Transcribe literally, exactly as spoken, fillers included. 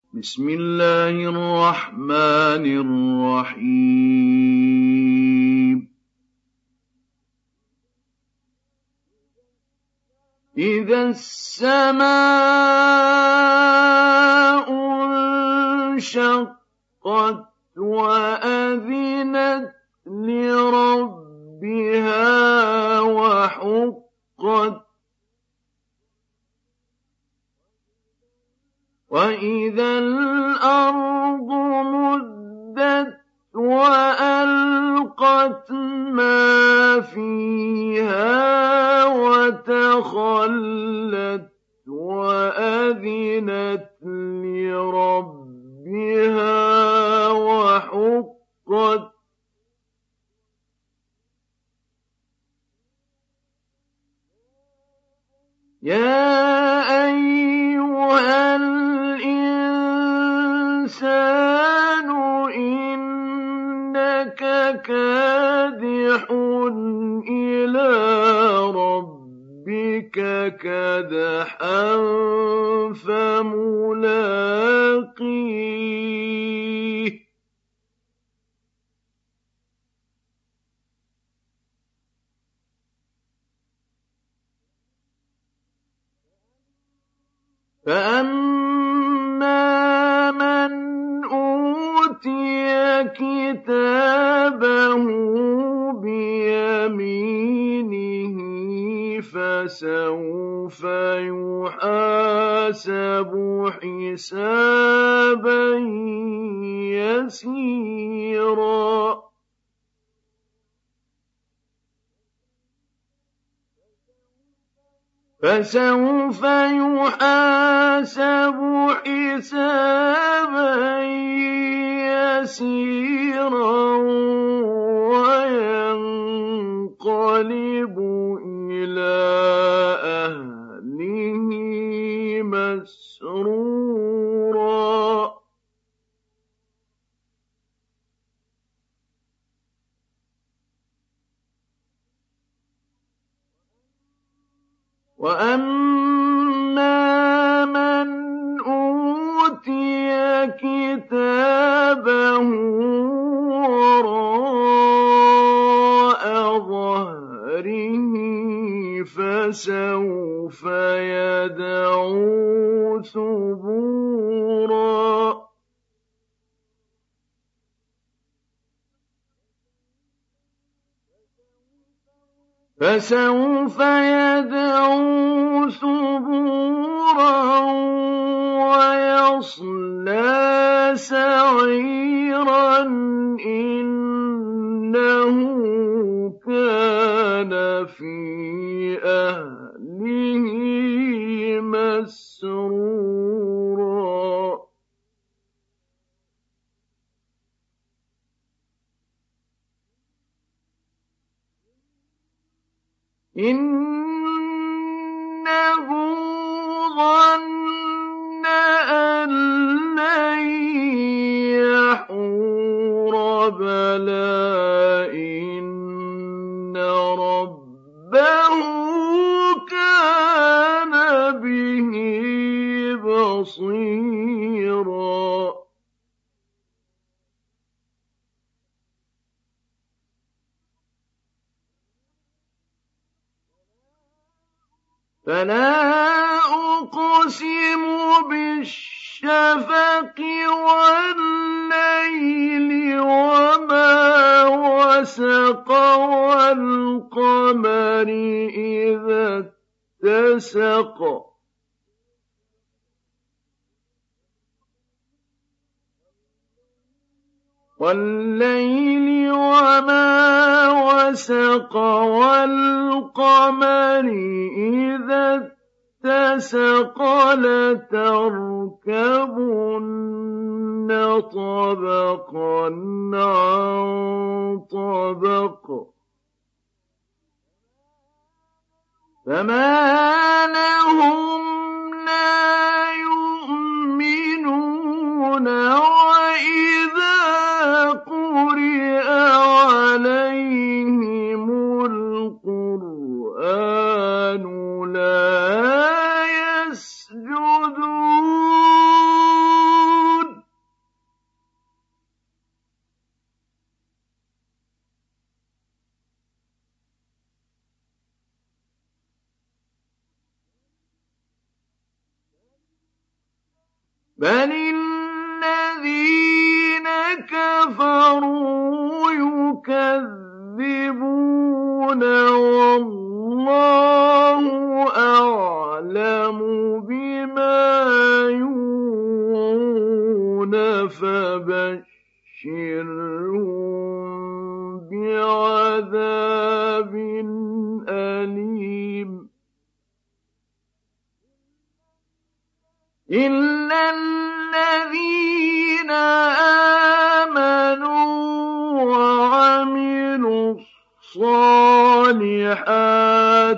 بسم الله الرحمن الرحيم إذا السماء انشقت وأذنت لربها وحقت وإذا الأرض مدت وألقت ما فيها وتخلت وأذنت لربها وحقت يا أيها الإنسان إنك كادح إلى ربك كدحا فملاقيه فأما من أوتي كتابه بيمينه فسوف يحاسب حسابا يسيرا فسوف يحاسب حسابا يسيرا وينقلب إلى أهله مسرورا وأما من أوتي كتابه وراء ظهره فسوف يدعو ثبورا فسوف يدعو ثبورا ويصلى سعيرا إنه كان في أهله مسرورا إنه ظن أن لن يحور بلى إن ربه كان به بصيرا فلا أقسم بالشفق والليل وما وسق والقمر إذا اتسق والليل وما وسق والقمر إذا اتسق لتركبن طبقا عن طبق فما لهم لا يؤمنون وإذا قرئ عليهم القرآن لا يسجدون بل الذين كفروا يكذبون والله أعلم بما يوعون فبشرهم بعذاب أليم إلا الذين آمنوا وعملوا الصالحات